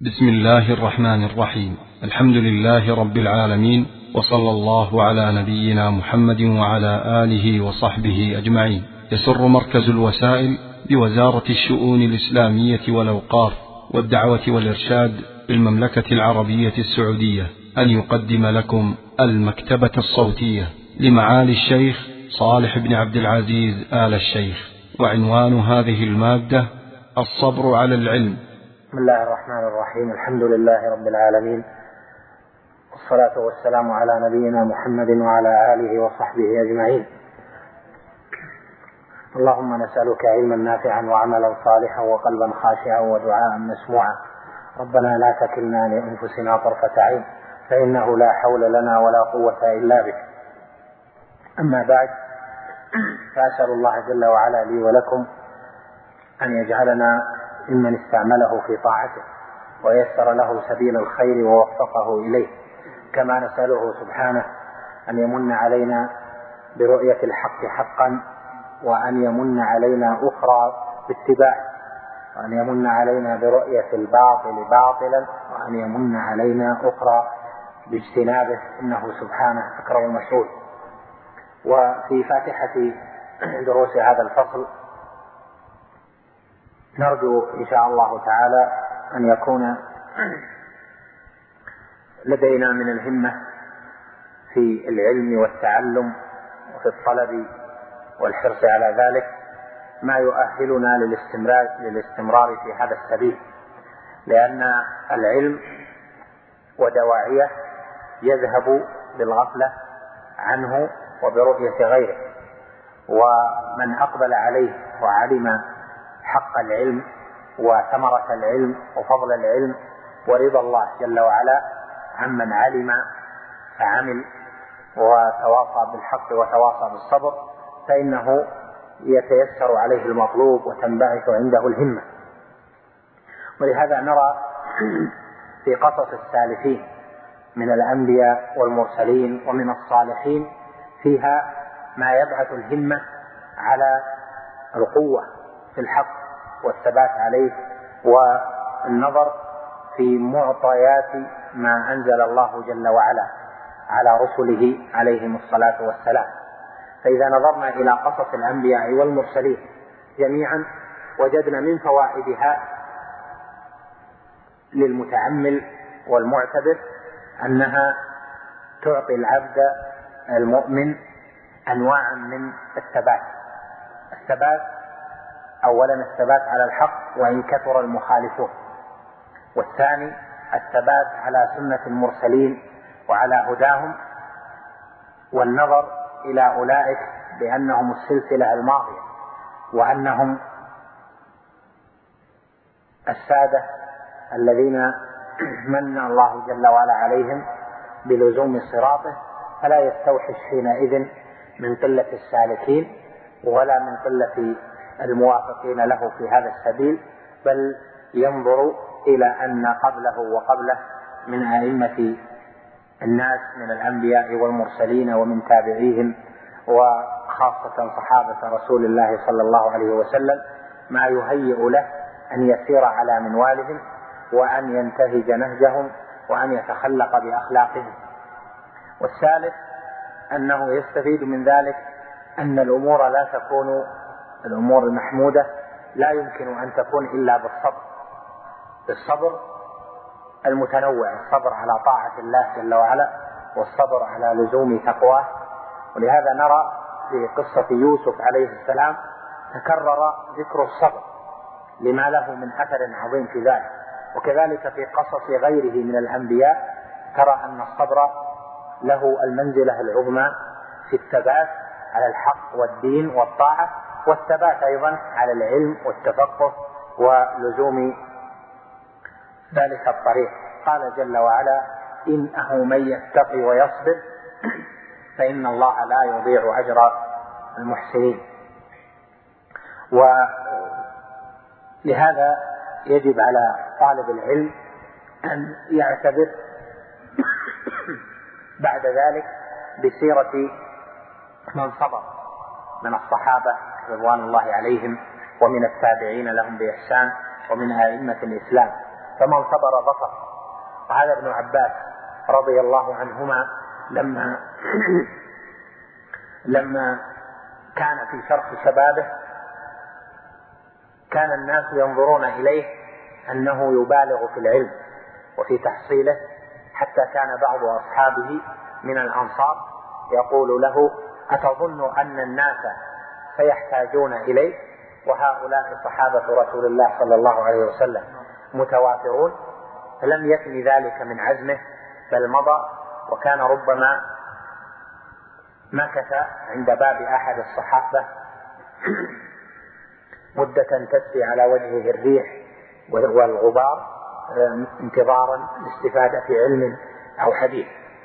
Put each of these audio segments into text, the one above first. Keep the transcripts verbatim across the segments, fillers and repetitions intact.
بسم الله الرحمن الرحيم. الحمد لله رب العالمين، وصلى الله على نبينا محمد وعلى آله وصحبه أجمعين. يسر مركز الوسائل بوزارة الشؤون الإسلامية والأوقاف والدعوة والإرشاد بالمملكة العربية السعودية أن يقدم لكم المكتبة الصوتية لمعالي الشيخ صالح بن عبد العزيز آل الشيخ، وعنوان هذه المادة الصبر على العلم. بسم الله الرحمن الرحيم. الحمد لله رب العالمين، والصلاة والسلام على نبينا محمد وعلى آله وصحبه أجمعين. اللهم نسألك علما نافعا وعملا صالحا وقلبا خاشعا ودعاء مسموعا. ربنا لا تكلنا لأنفسنا طرفة عين، فإنه لا حول لنا ولا قوة إلا بك. أما بعد، فأسأل الله جل وعلا لي ولكم أن يجعلنا ممن استعمله في طاعته ويسر له سبيل الخير ووفقه إليه، كما نسأله سبحانه أن يمن علينا برؤية الحق حقا، وأن يمن علينا أخرى باتباعه، وأن يمن علينا برؤية الباطل باطلا، وأن يمن علينا أخرى باجتنابه، إنه سبحانه أكرم مسؤول. وفي فاتحة دروس هذا الفصل نرجو إن شاء الله تعالى أن يكون لدينا من الهمة في العلم والتعلم وفي الطلب والحرص على ذلك ما يؤهلنا للاستمرار, للاستمرار في هذا السبيل، لأن العلم ودواعيه يذهب بالغفلة عنه وبرؤية غيره، ومن أقبل عليه وعلم حق العلم وثمرة العلم وفضل العلم ورضا الله جل وعلا عمن علم فعمل وتواصى بالحق وتواصى بالصبر، فإنه يتيسر عليه المطلوب وتنبعث عنده الهمة. ولهذا نرى في قصص السالفين من الأنبياء والمرسلين ومن الصالحين فيها ما يبعث الهمة على القوة في الحق والثبات عليه والنظر في معطيات ما أنزل الله جل وعلا على رسله عليهم الصلاة والسلام. فإذا نظرنا إلى قصص الأنبياء والمرسلين جميعا وجدنا من فوائدها للمتأمل والمعتبر أنها تعطي العبد المؤمن أنواعا من الثبات. الثبات أولا الثبات على الحق وإن كثر المخالفون، والثاني الثبات على سنة المرسلين وعلى هداهم، والنظر إلى أولئك بأنهم السلسلة الماضية، وأنهم السادة الذين من الله جل وعلا عليهم بلزوم صراطه، فلا يستوحش حينئذ من قلة السالكين ولا من قلة الموافقين له في هذا السبيل، بل ينظر إلى أن قبله وقبله من أئمة الناس من الأنبياء والمرسلين ومن تابعيهم وخاصة صحابة رسول الله صلى الله عليه وسلم ما يهيئ له أن يسير على منوالهم وأن ينتهج نهجهم وأن يتخلق بأخلاقهم. والثالث أنه يستفيد من ذلك أن الأمور لا تكون الأمور المحمودة لا يمكن أن تكون إلا بالصبر، بالصبر المتنوع، الصبر على طاعة الله جل وعلا والصبر على لزوم تقواه. ولهذا نرى في قصة يوسف عليه السلام تكرر ذكر الصبر لما له من أثر عظيم في ذلك، وكذلك في قصص غيره من الأنبياء ترى أن الصبر له المنزلة العظمى في الثبات على الحق والدين والطاعة، والثبات أيضا على العلم والتفقه ولزوم ذلك الطريق. قال جل وعلا: إنه من يتقي ويصبر فإن الله لا يضيع أجر المحسنين. ولهذا يجب على طالب العلم أن يعتبر بعد ذلك بسيرة من صبر من الصحابة رضوان الله عليهم ومن التابعين لهم بإحسان ومن أئمة الإسلام، فمن صبر ظفر. وهذا ابن عباس رضي الله عنهما لما لما كان في شرخ شبابه كان الناس ينظرون إليه أنه يبالغ في العلم وفي تحصيله، حتى كان بعض أصحابه من الأنصار يقول له: أتظن أن الناس سيحتاجون إليه وهؤلاء صحابة رسول الله صلى الله عليه وسلم متوافرون؟ فلم يكن ذلك من عزمه، بل مضى، وكان ربما مكث عند باب أحد الصحابة مدة تسري على وجهه الريح والغبار انتظارا لاستفادة علم أو حديث.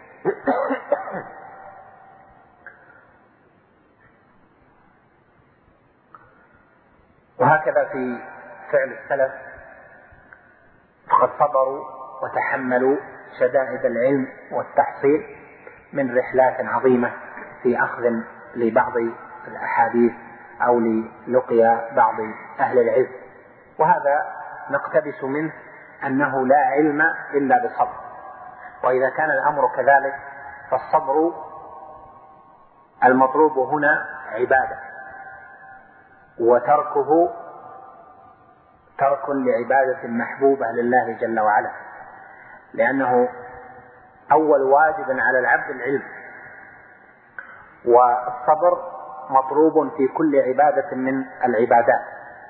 وهكذا في فعل السلف، فقد صبروا وتحملوا شدائد العلم والتحصيل من رحلات عظيمة في أخذ لبعض الأحاديث أو للقيا بعض أهل العلم. وهذا نقتبس منه أنه لا علم إلا بصبر. وإذا كان الأمر كذلك فالصبر المطلوب هنا عبادة، وتركه ترك لعبادة محبوبة لله جل وعلا، لأنه أول واجب على العبد العلم، والصبر مطلوب في كل عبادة من العبادات.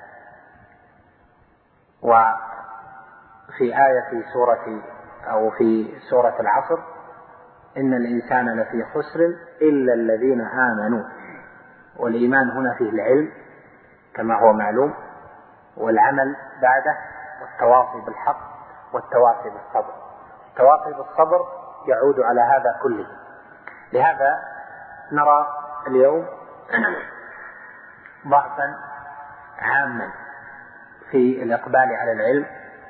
وفي آية سورة أو في سورة العصر: إن الإنسان لفي خسر إلا الذين آمنوا. والإيمان هنا فيه العلم كما هو معلوم، والعمل بعده، والتواصي بالحق، والتواصي بالصبر. التواصي بالصبر يعود على هذا كله. لهذا نرى اليوم ضعفا عاما في الإقبال على العلم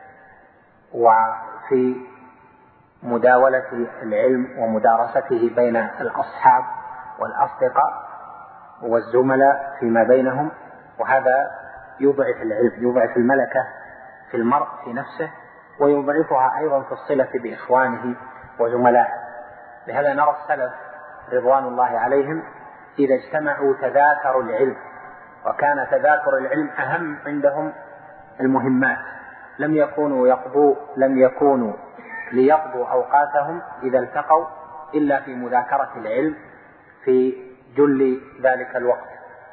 وفي مداولة العلم ومدارسته بين الأصحاب والأصدقاء والزملاء فيما بينهم، وهذا يضعف العلم، يضعف الملكة في المرء في نفسه، ويضعفها أيضا في الصلة بإخوانه وزملائه. لهذا نرى السلف رضوان الله عليهم إذا اجتمعوا تذاكروا العلم، وكان تذاكر العلم أهم عندهم المهمات. لم يكونوا يقضوا لم يكونوا ليقضوا أوقاتهم إذا التقوا إلا في مذاكرة العلم في جل ذلك الوقت.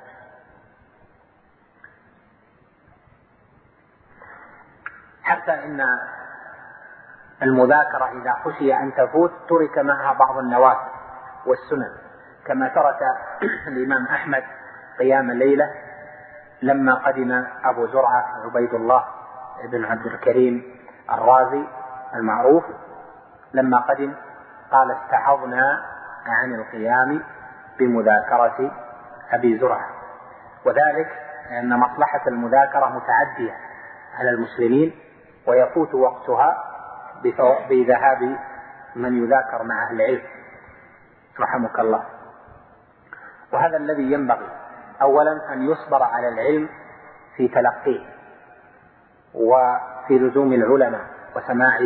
حتى إن المذاكرة إذا خشي أن تفوت ترك معها بعض النوافل والسنن، كما ترك الإمام أحمد قيام الليلة لما قدم أبو زرعة عبيد الله بن عبد الكريم الرازي المعروف، لما قدم قال: استعظنا عن القيام بمذاكرة أبي زرعة. وذلك لأن مصلحة المذاكرة متعدية على المسلمين، ويفوت وقتها بذهاب من يذاكر مع أهل العلم رحمك الله. وهذا الذي ينبغي أولا أن يصبر على العلم في تلقيه وفي لزوم العلماء وسماع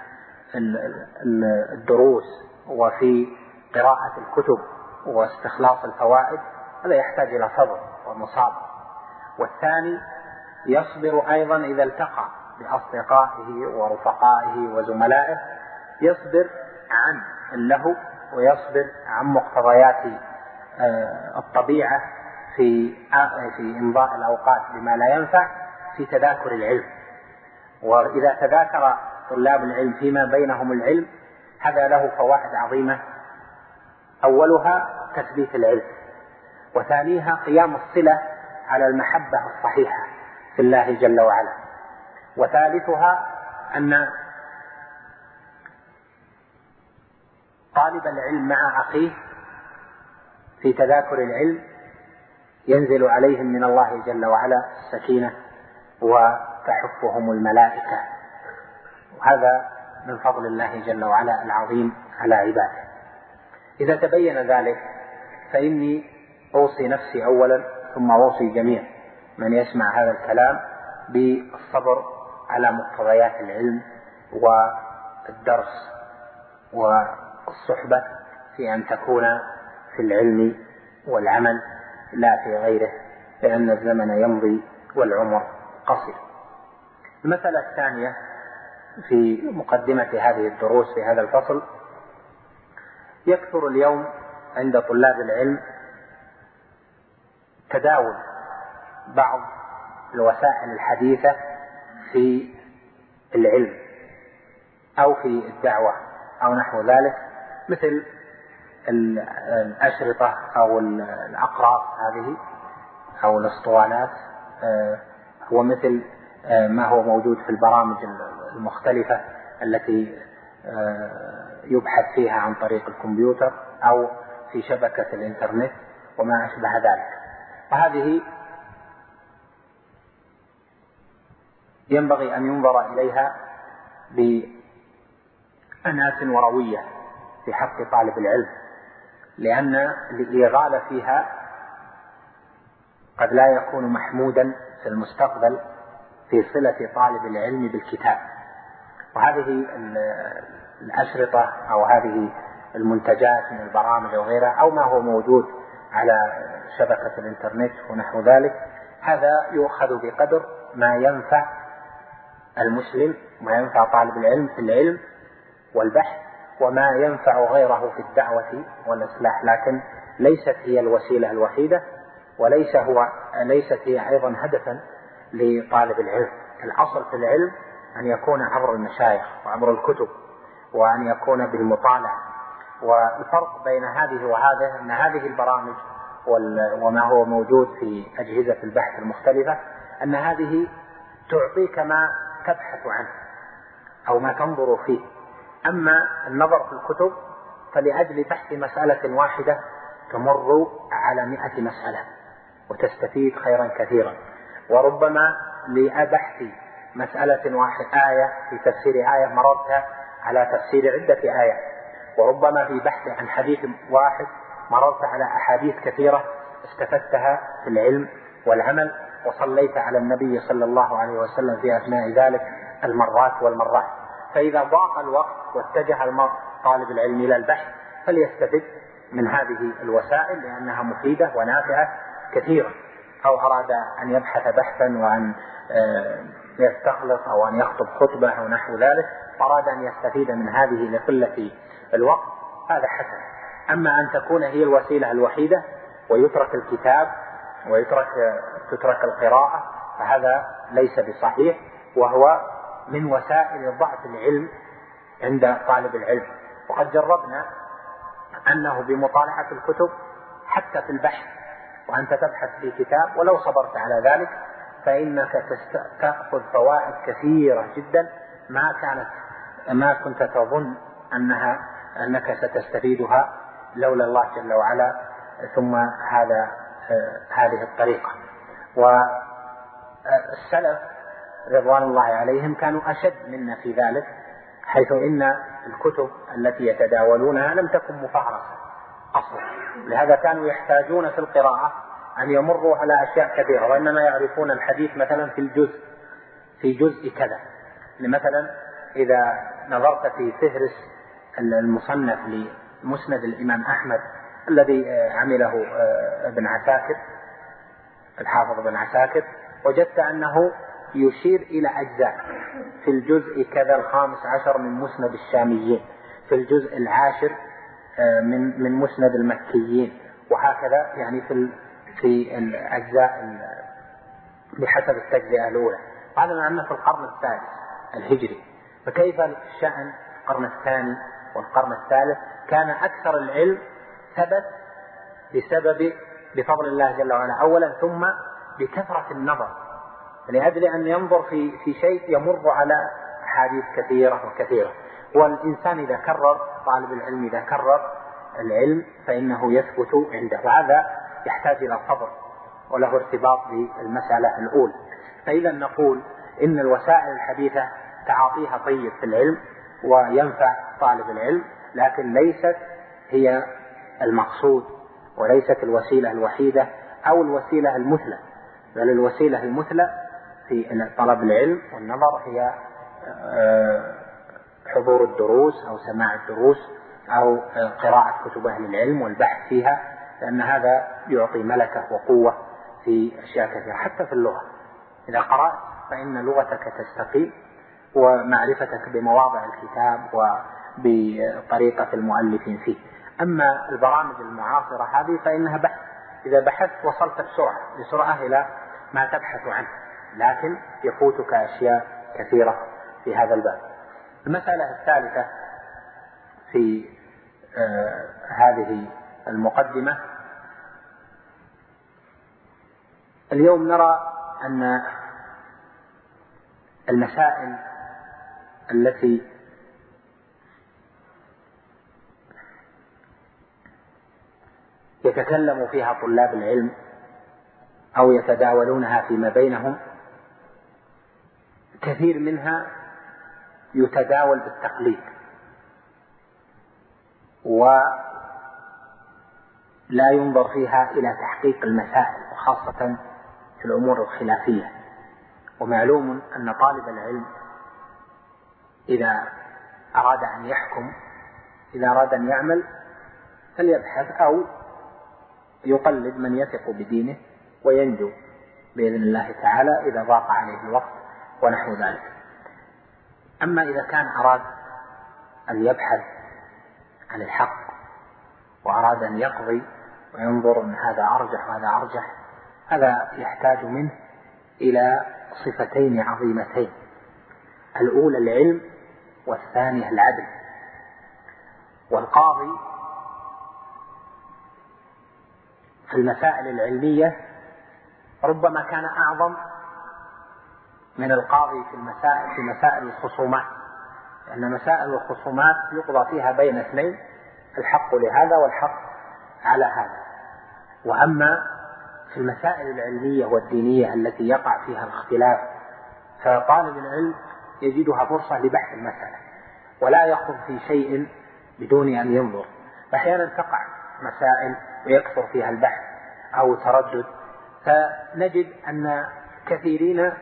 الدروس وفي قراءة الكتب واستخلاص الفوائد، هذا يحتاج إلى صبر ومصابرة. والثاني يصبر أيضا إذا التقى بأصدقائه ورفقائه وزملائه، يصبر عن اللهو ويصبر عن مقتضيات الطبيعة في في إمضاء الأوقات بما لا ينفع في تذاكر العلم. وإذا تذاكر طلاب العلم فيما بينهم العلم هذا له فوائد عظيمة، أولها تثبيت العلم، وثانيها قيام الصلة على المحبة الصحيحة في الله جل وعلا، وثالثها أن طالب العلم مع أخيه في تذاكر العلم ينزل عليهم من الله جل وعلا السكينة وتحفهم الملائكة، وهذا من فضل الله جل وعلا العظيم على عباده. إذا تبين ذلك فإني أوصي نفسي أولا ثم أوصي جميع من يسمع هذا الكلام بالصبر على مقتضيات العلم والدرس والصحبة في أن تكون في العلم والعمل لا في غيره، لأن الزمن يمضي والعمر قصير. المسألة الثانية في مقدمة هذه الدروس في هذا الفصل: يكثر اليوم عند طلاب العلم تداول بعض الوسائل الحديثة في العلم أو في الدعوة أو نحو ذلك، مثل الأشرطة أو الأقراص هذه أو الأسطوانات، ومثل ما هو موجود في البرامج المختلفة التي يبحث فيها عن طريق الكمبيوتر أو في شبكة الإنترنت وما أشبه ذلك. وهذه ينبغي أن ينظر إليها بأناة وروية في حق طالب العلم، لأن الإغالة فيها قد لا يكون محمودا في المستقبل في صلة طالب العلم بالكتاب. وهذه الأشرطة أو هذه المنتجات من البرامج وغيرها أو ما هو موجود على شبكة الإنترنت ونحو ذلك، هذا يؤخذ بقدر ما ينفع المسلم وما ينفع طالب العلم في العلم والبحث، وما ينفع غيره في الدعوة والإصلاح، لكن ليست هي الوسيلة الوحيدة، وليس هو ليست هي أيضا هدفا لطالب العلم. الأصل في العلم أن يكون عبر المشايخ وعبر الكتب، وأن يكون بالمطالعة. والفرق بين هذه وهذه أن هذه البرامج وما هو موجود في أجهزة البحث المختلفة أن هذه تعطيك ما تبحث عنه أو ما تنظر فيه، أما النظر في الكتب فلأجل بحث مسألة واحدة تمر على مئة مسألة وتستفيد خيرا كثيرا. وربما لبحث مسألة واحدة آية في تفسير آية مررت على تفسير عدة آية، وربما في بحث عن حديث واحد مررت على أحاديث كثيرة استفدتها في العلم والعمل، وصليت على النبي صلى الله عليه وسلم في أثناء ذلك المرات والمرات. فإذا ضاق الوقت واتجه المرء طالب العلم إلى البحث فليستفد من هذه الوسائل لأنها مفيدة ونافعة كثيرا، أو أراد أن يبحث بحثا وأن يستخلص أو أن يخطب خطبة أو نحو ذلك، أراد أن يستفيد من هذه لقلة الوقت، هذا حسن. أما أن تكون هي الوسيلة الوحيدة ويترك الكتاب ويترك تترك القراءة فهذا ليس بصحيح، وهو من وسائل ضعف العلم عند طالب العلم. وقد جربنا أنه بمطالعة الكتب حتى في البحث، وأنت تبحث في كتاب ولو صبرت على ذلك فإنك تأخذ فوائد كثيرة جدا ما كانت ما كنت تظن أنها أنك ستستفيدها لولا الله جل وعلا ثم هذا هذه الطريقة. والسلف رضوان الله عليهم كانوا أشد منا في ذلك، حيث إن الكتب التي يتداولونها لم تكن مفهرسة أصلا، لهذا كانوا يحتاجون في القراءة أن يمروا على أشياء كثيرة، وإنما يعرفون الحديث مثلا في الجزء في جزء كذا. مثلا إذا نظرت في فهرس المصنف لمسند الإمام أحمد الذي عمله ابن عساكر الحافظ ابن عساكر، وجدت أنه يشير إلى أجزاء في الجزء كذا الخامس عشر من مسند الشاميين، في الجزء العاشر من من مسند المكيين، وهكذا يعني في في الأجزاء بحسب التجزئة الأولى. هذا مع أنه في القرن الثالث الهجري، فكيف شأن القرن الثاني والقرن الثالث؟ كان أكثر العلم ثبت بسبب بفضل الله جل وعلا أولا، ثم بكثرة النظر، لأجل أن ينظر في في شيء يمر على أحاديث كثيرة وكثيرة. والإنسان إذا كرر طالب العلم إذا كرر العلم فإنه يثبت عنده، وهذا يحتاج إلى صبر وله ارتباط بالمسألة الأولى. فإذا نقول إن الوسائل الحديثة تعاطيها طيب في العلم وينفع طالب العلم، لكن ليست هي المقصود وليست الوسيلة الوحيدة أو الوسيلة المثلى، بل الوسيلة المثلى في طلب العلم والنظر هي حضور الدروس أو سماع الدروس أو قراءة كتب أهل العلم والبحث فيها، لأن هذا يعطي ملكة وقوة في أشياء كثيرة. حتى في اللغة إذا قرأت فإن لغتك تستقيم، ومعرفتك بمواضع الكتاب وبطريقة المؤلفين فيه. أما البرامج المعاصرة هذه فإنها بحث، إذا بحثت وصلت بسرعة بسرعة إلى ما تبحث عنه، لكن يفوتك أشياء كثيرة في هذا الباب. المسألة الثالثة في آه هذه المقدمة، اليوم نرى أن المسائل التي يتكلم فيها طلاب العلم أو يتداولونها فيما بينهم كثير منها يتداول بالتقليد، ولا ينظر فيها إلى تحقيق المسائل، وخاصة في الأمور الخلافية. ومعلوم أن طالب العلم إذا أراد أن يحكم، إذا أراد أن يعمل، فليبحث أو يقلد من يثق بدينه وينجو بإذن الله تعالى إذا ضاق عليه الوقت ونحو ذلك. أما إذا كان أراد أن يبحث عن الحق وأراد أن يقضي وينظر أن هذا أرجح وهذا أرجح، هذا يحتاج منه إلى صفتين عظيمتين: الأولى العلم، والثانية العدل. والقاضي في المسائل العلمية ربما كان أعظم من القاضي في المسائل في مسائل الخصومات، لأن مسائل الخصومات يقضى فيها بين اثنين، الحق لهذا والحق على هذا. وأما في المسائل العلمية والدينية التي يقع فيها الاختلاف، فطالب العلم يجدها فرصة لبحث المسألة، ولا يخوض في شيء بدون أن ينظر. أحيانا تقع مسائل ويكثر فيها البحث أو تردد، فنجد أن كثيرين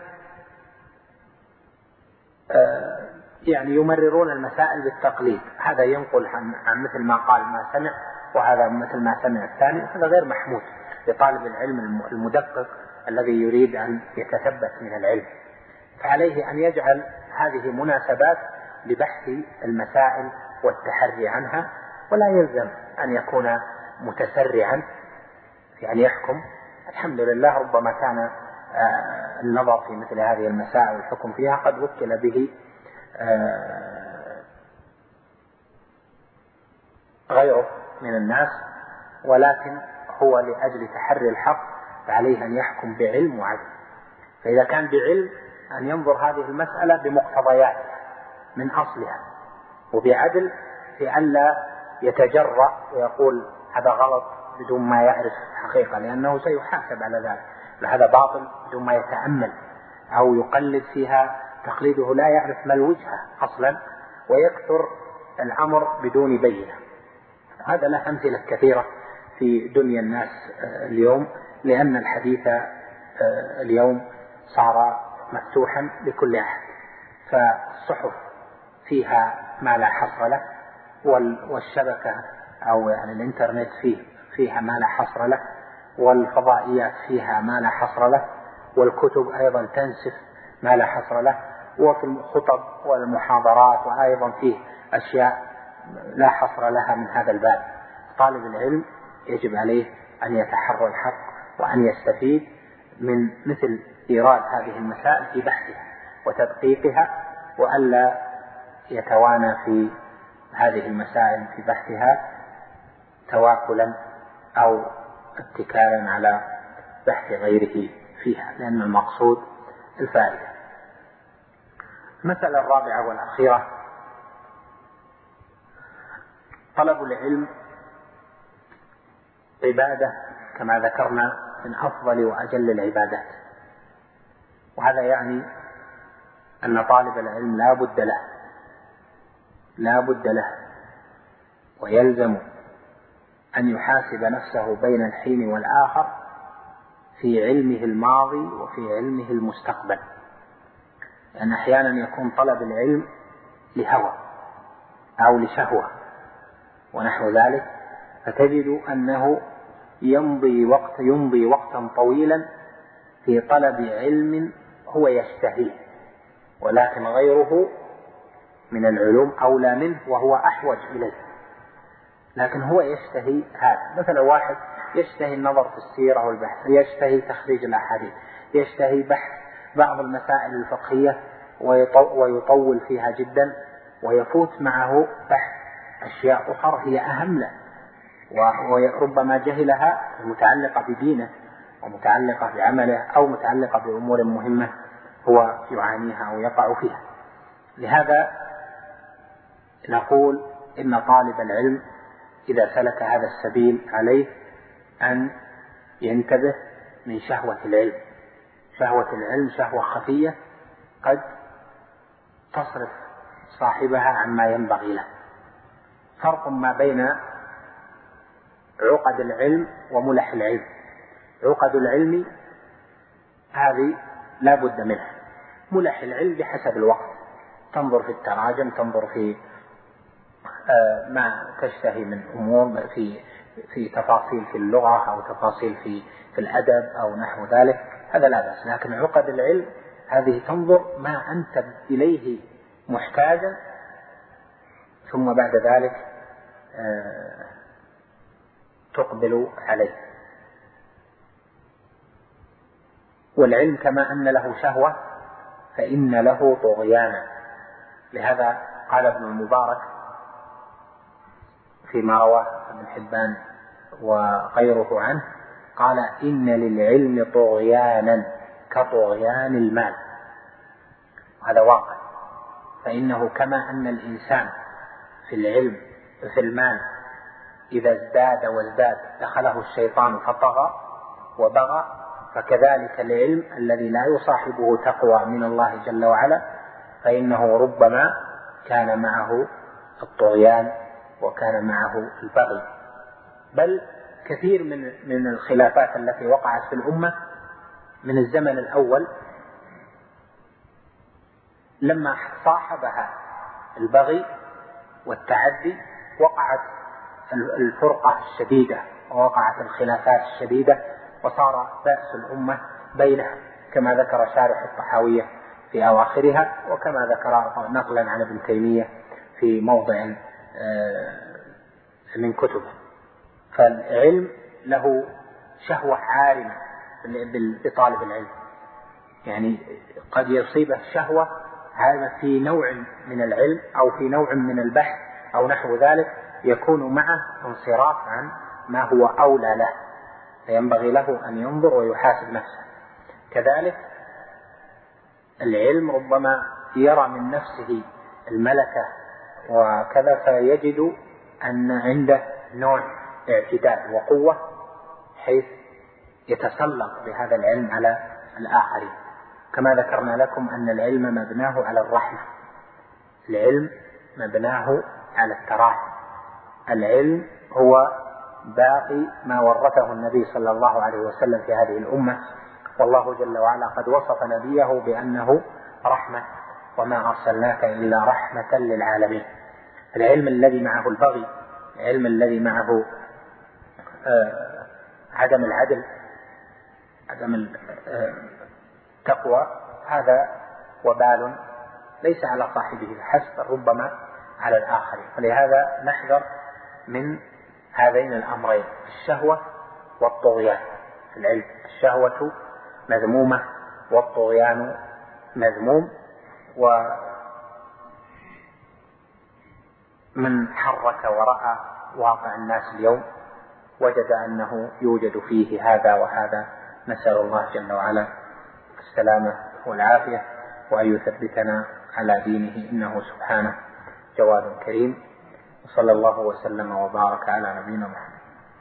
يعني يمررون المسائل بالتقليد، هذا ينقل عن, عن مثل ما قال ما سمع، وهذا مثل ما سمع الثاني. هذا غير محمود لطالب العلم المدقق الذي يريد أن يتثبت من العلم، فعليه أن يجعل هذه مناسبات لبحث المسائل والتحري عنها، ولا يلزم أن يكون متسرعا في أن يحكم. الحمد لله ربما كان النظر في مثل هذه المسائل والحكم فيها قد وكل به غيره من الناس، ولكن هو لأجل تحري الحق فعليه أن يحكم بعلم وعدل. فإذا كان بعلم أن ينظر هذه المسألة بمقتضيات من أصلها، وبعدل في ألا يتجرأ ويقول هذا غلط بدون ما يعرف حقيقة، لأنه سيحاسب على ذلك. هذا باطل بدون ما يتأمل، أو يقلد فيها تقليده لا يعرف ما الوجهة أصلا، ويكثر الأمر بدون بينة. هذا له أمثلة كثيرة في دنيا الناس اليوم، لأن الحديث اليوم صار مفتوحا لكل أحد، فالصحف فيها ما لا حصر له، والشبكة أو يعني الإنترنت فيه فيها ما لا حصر له، والفضائيات فيها ما لا حصر له، والكتب أيضا تنسف ما لا حصر له، وفي الخطب والمحاضرات وأيضا فيه أشياء لا حصر لها من هذا الباب. طالب العلم يجب عليه أن يتحرى الحق وأن يستفيد من مثل إيراد هذه المسائل في بحثها وتدقيقها، وألا يتوانى في هذه المسائل في بحثها تواكلا أو اتكالا على بحث غيره فيها، لأن المقصود الفائدة. المسألة الرابعة والأخيرة: طلب العلم عبادة كما ذكرنا من أفضل وأجل العبادات، وهذا يعني أن طالب العلم لا بد له لا بد له ويلزم أن يحاسب نفسه بين الحين والآخر في علمه الماضي وفي علمه المستقبل، لأن أحيانا يكون طلب العلم لهوى أو لشهوة ونحو ذلك، فتجد أنه يمضي وقت يمضي وقتا طويلا في طلب علم هو يشتهيه، ولكن غيره من العلوم أولى منه وهو أحوج إليه، لكن هو يشتهي هذا. مثلا واحد يشتهي النظر في السيرة والبحث، يشتهي تخريج الأحاديث، يشتهي بحث بعض المسائل الفقهية ويطول فيها جدا، ويفوت معه بحث أشياء أخرى هي أهم له وربما جهلها متعلقة بدينه ومتعلقة بعمله أو متعلقة بأمور مهمة هو يعانيها أو يقع فيها. لهذا نقول إن طالب العلم إذا سلك هذا السبيل عليه أن ينتبه من شهوة العلم. شهوة العلم شهوة خفية قد تصرف صاحبها عما ينبغي له. فرق ما بين عقد العلم وملح العلم. عقد العلم هذه لا بد منها، ملح العلم بحسب الوقت، تنظر في التراجم، تنظر في ما تشتهي من أمور في في تفاصيل في اللغة أو تفاصيل في في الأدب أو نحو ذلك، هذا لا بأس. لكن عقد العلم هذه تنظر ما أنت إليه محتاجا، ثم بعد ذلك تقبل عليه. والعلم كما أن له شهوة فإن له طغيانا. لهذا قال ابن المبارك فيما رواه ابن حبان وغيره عنه، قال إن للعلم طغيانا كطغيان المال. هذا واقع، فإنه كما أن الإنسان في العلم في المال إذا ازداد وازداد دخله الشيطان فطغى وبغى، فكذلك العلم الذي لا يصاحبه تقوى من الله جل وعلا فإنه ربما كان معه الطغيان وكان معه البغي. بل كثير من من الخلافات التي وقعت في الأمة من الزمن الأول لما صاحبها البغي والتعدي وقعت الفرقة الشديدة ووقعت الخلافات الشديدة وصار بأس الأمة بينها، كما ذكر شارح الطحاوية في أواخرها، وكما ذكر نقلا عن ابن تيمية في موضع من كتبه. فالعلم له شهوة عارمة بطالب العلم، يعني قد يصيبه شهوة عارمة في نوع من العلم أو في نوع من البحث أو نحو ذلك، يكون معه انصراف عن ما هو أولى له، فينبغي له أن ينظر ويحاسب نفسه. كذلك العلم ربما يرى من نفسه الملكة وكذا، فيجد أن عنده نوع اعتدال وقوة حيث يتسلط بهذا العلم على الآخرين. كما ذكرنا لكم أن العلم مبناه على الرحمة، العلم مبناه على التراحم، العلم هو باقي ما ورثه النبي صلى الله عليه وسلم في هذه الأمة، والله جل وعلا قد وصف نبيه بأنه رحمة وما أرسلناك إلا رحمة للعالمين. العلم الذي معه البغي، العلم الذي معه آه عدم العدل، عدم التقوى، هذا وبال ليس على صاحبه حسب، ربما على الآخرين. فلهذا نحذر من هذين الأمرين، الشهوة والطغيان في العلم. الشهوة مذمومة والطغيان مذموم، ومن حرك ورأى واقع الناس اليوم وجد أنه يوجد فيه هذا وهذا. نسأل الله جل وعلا السلامة والعافية، وأن يثبتنا على دينه، إنه سبحانه جواد كريم. وصلى الله وسلم وبارك على نبينا محمد.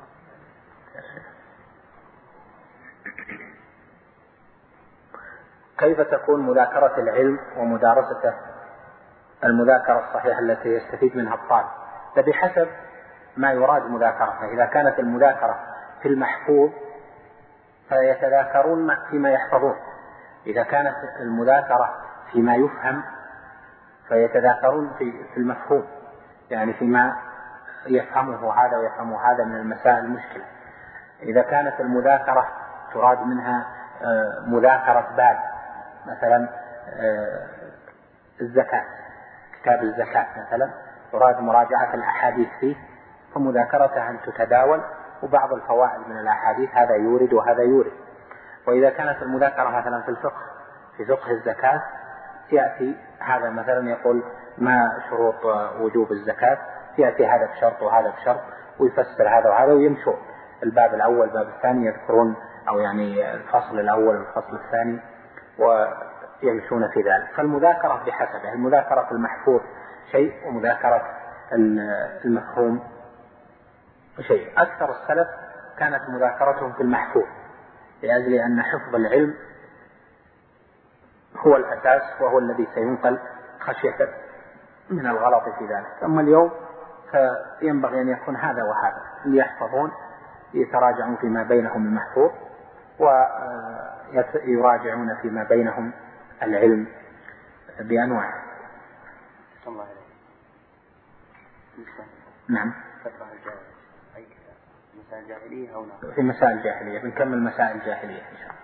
كيف تكون مذاكرة العلم ومدارسته المذاكرة الصحيحة التي يستفيد منها الطالب؟ فبحسب ما يراد مذاكرته. إذا كانت المذاكرة في المحفوظ فيتذاكرون فيما يحفظون، إذا كانت المذاكرة فيما يفهم فيتذاكرون في المفهوم، يعني فيما يفهمه هذا ويفهمه هذا من المسائل المشكلة. إذا كانت المذاكرة تراد منها مذاكرة باب مثلا الزكاة، كتاب الزكاة مثلا تراد مراجعة الأحاديث فيه، فمذاكرتها أن تتداول، وبعض الفوائد من الأحاديث هذا يورد وهذا يورد. وإذا كانت المذاكرة مثلا في الفقه، في فقه الزكاة، يأتي هذا مثلا يقول ما شروط وجوب الزكاة، يأتي هذا بشرط وهذا بشرط، ويفسر هذا وهذا، ويمشوا الباب الأول الباب الثاني يذكرون أو يعني الفصل الأول والفصل الثاني ويمشون في ذلك. فالمذاكرة بحسبه، المذاكرة في المحفوظ شيء ومذاكرة المفهوم شيء. أكثر السلف كانت مذاكرتهم في المحفوظ لأجل أن حفظ العلم هو الأساس وهو الذي سينقل خشية من الغلط في ذلك. أما اليوم فينبغي أن يكون هذا وهذا، اللي يحفظون يتراجعون فيما بينهم المحفوظ، ويراجعون فيما بينهم العلم بأنواعه. نعم. في مسائل الجاهلية، بنكمل مسائل الجاهلية إن شاء الله.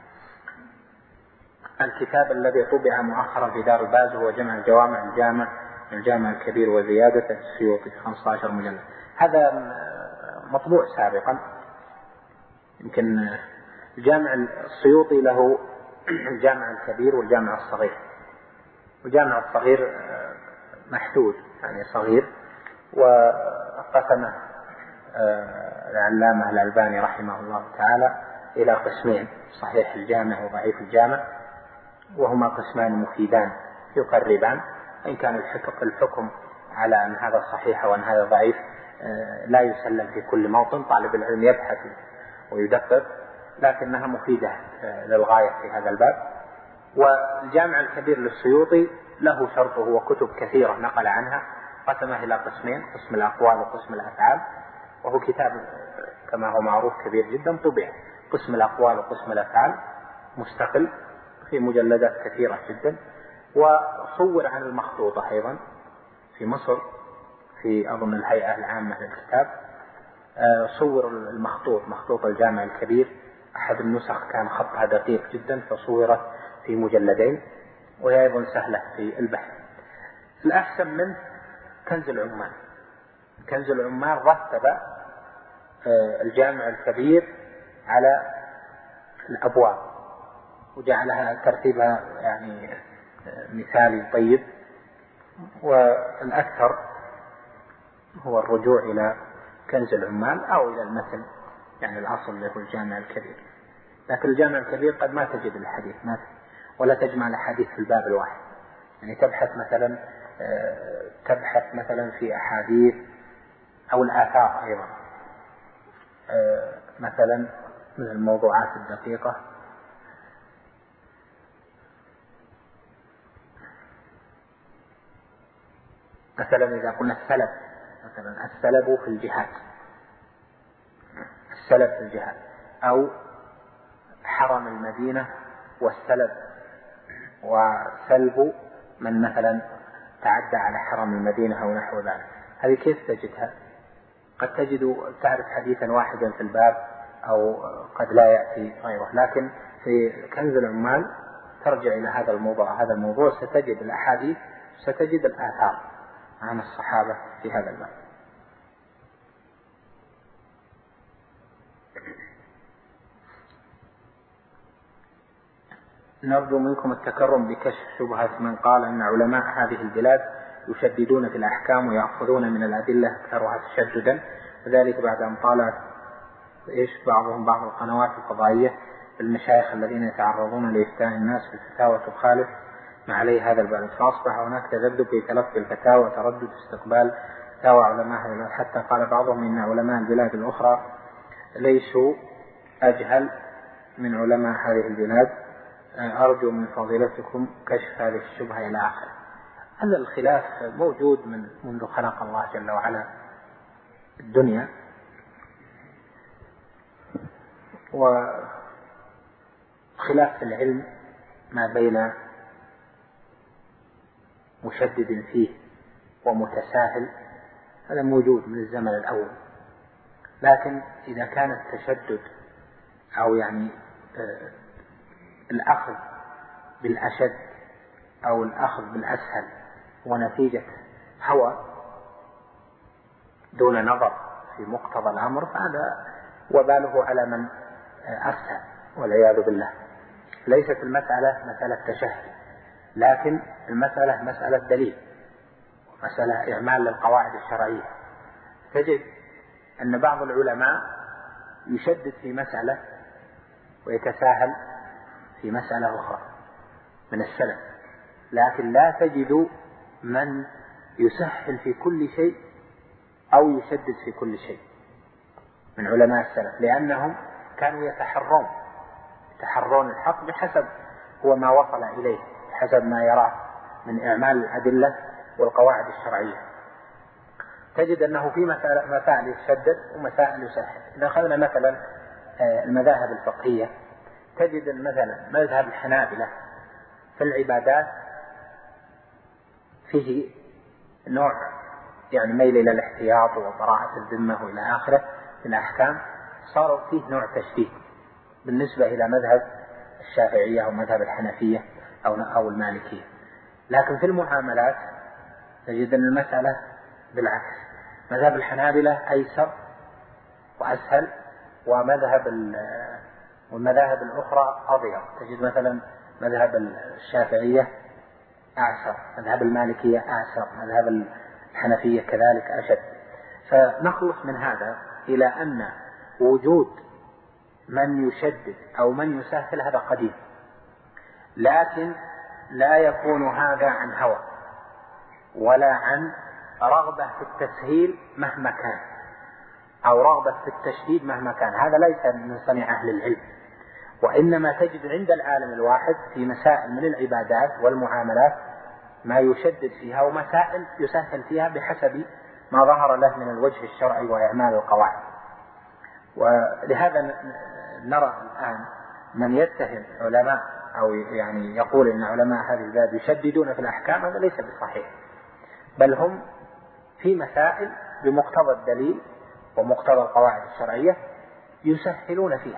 الكتاب الذي طبع مؤخرا في دار الباز هو جمع الجوامع الجامع الجامع الكبير وزيادة السيوطي خمسة عشر مجلد. هذا مطبوع سابقا، يمكن الجامع السيوطي له الجامع الكبير والجامع الصغير، والجامع الصغير محدود يعني صغير، وقسمه العلامة الألباني رحمه الله تعالى إلى قسمين: صحيح الجامع وضعيف الجامع، وهما قسمان مفيدان يقربان. إن كان الحكم على أن هذا صحيح وأن هذا ضعيف لا يسلم في كل موطن، طالب العلم يبحث ويدقق، لكنها مفيدة للغاية في هذا الباب. والجامع الكبير للسيوطي له شرطه وكتب كثيرة نقل عنها، قسمه إلى قسمين: قسم الأقوال وقسم الأفعال، وهو كتاب كما هو معروف كبير جدا طبع. قسم الأقوال وقسم الأفعال مستقل في مجلدات كثيرة جدا، وصور عن المخطوطة أيضا في مصر في أظن الهيئة العامة للكتاب، صور المخطوط مخطوط الجامع الكبير، أحد النسخ كان خطها دقيق جدا فصورت في مجلدين، وهي أيضا سهلة في البحث. الأحسن منه كنز العمال. كنز العمال رتب الجامع الكبير على الأبواب وجعلها ترتيبها يعني مثالي طيب، والأكثر هو الرجوع إلى كنز العمال أو إلى المثل يعني الأصل اللي هو الجامع الكبير. لكن الجامع الكبير قد ما تجد الحديث ما ولا تجمع الحديث في الباب الواحد، يعني تبحث مثلا تبحث مثلا في أحاديث أو الآثار أيضا، مثلا من الموضوعات الدقيقة مثلا إذا قلنا السلب، مثلا السلب في الجهاد، السلب في الجهاد، أو حرم المدينة والسلب وسلب من مثلا تعدى على حرم المدينة أو نحو ذلك. هذه كيف تجدها؟ قد تجد تعرف حديثا واحدا في الباب أو قد لا يأتي غيره، لكن في كنز العمال ترجع إلى هذا الموضوع هذا الموضوع ستجد الأحاديث، ستجد الآثار عن الصحابة في هذا الباب. نرجو منكم التكرم بكشف شبهة من قال أن علماء هذه البلاد يشددون في الأحكام ويأخذون من الأدلة أكثرها تشددا، وذلك بعد أن طالت إيش بعضهم بعض القنوات الفضائية المشايخ الذين يتعرضون لإفتاء الناس في الفتاوى تخالف ما عليه هذا الباب، فأصبح هناك تذبذب في تلقي الفتاوى وتردد استقبال فتاوى علماء هذه البلاد، حتى قال بعضهم إن علماء البلاد الأخرى ليسوا أجهل من علماء هذه البلاد. أرجو من فضيلتكم كشف هذه الشبهة إلى آخره. هذا الخلاف موجود من منذ خلق الله جل وعلا الدنيا، وخلاف في العلم ما بين مشدد فيه ومتساهل هذا موجود من الزمن الأول. لكن إذا كان التشدد أو يعني آه الأخذ بالأشد أو الأخذ بالأسهل ونتيجة هوى دون نظر في مقتضى الأمر، فهذا وباله على من أفتى والعياذ بالله. ليست المسألة مسألة تشهي، لكن المسألة مسألة دليل، مسألة إعمال للقواعد الشرعية. تجد أن بعض العلماء يشدد في مسألة ويتساهل في مسألة أخرى من السلف، لكن لا تجد من يسهل في كل شيء أو يشدد في كل شيء من علماء السلف، لأنهم كانوا يتحرون يتحرون الحق بحسب هو ما وصل إليه، بحسب ما يراه من إعمال الأدلة والقواعد الشرعية. تجد أنه في مسائل يشدد ومسائل يسهل. إذا أخذنا مثلا المذاهب الفقهية، تجد مثلا مذهب الحنابلة في العبادات فيه نوع يعني ميل إلى الاحتياط وبراءة الذمة وإلى آخره في الأحكام، صار فيه نوع تشديد بالنسبة إلى مذهب الشافعية أو مذهب الحنفية أو أو المالكية. لكن في المعاملات تجد أن المسألة بالعكس، مذهب الحنابلة أيسر وأسهل، ومذهب والمذاهب الأخرى أضيق. تجد مثلا مذهب الشافعية أعسر، مذهب المالكية أعسر، مذهب الحنفية كذلك أشد. فنخلص من هذا إلى أن وجود من يشدد أو من يسهل هذا قديم، لكن لا يكون هذا عن هوى ولا عن رغبة في التسهيل مهما كان أو رغبة في التشديد مهما كان. هذا ليس من صنيع أهل العلم، وإنما تجد عند العالم الواحد في مسائل من العبادات والمعاملات ما يشدد فيها ومسائل يسهل فيها بحسب ما ظهر له من الوجه الشرعي وإعمال القواعد. ولهذا نرى الآن من يتهم علماء أو يعني يقول إن علماء هذه البلاد يشددون في الأحكام، هذا ليس بصحيح، بل هم في مسائل بمقتضى الدليل ومقتضى القواعد الشرعية يسهلون فيها،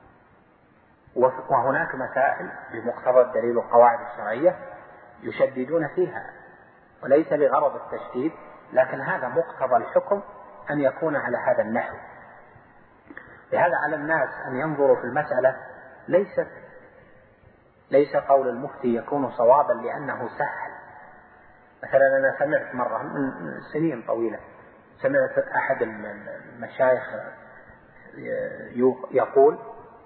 وهناك مسائل بمقتضى الدليل والقواعد الشرعية يشددون فيها، وليس لغرض التشديد، لكن هذا مقتضى الحكم أن يكون على هذا النحو. لهذا على الناس أن ينظروا في المسألة، ليست ليس قول المفتي يكون صوابا لأنه سهل. مثلا أنا سمعت مرة من سنين طويلة، سمعت أحد المشايخ يقول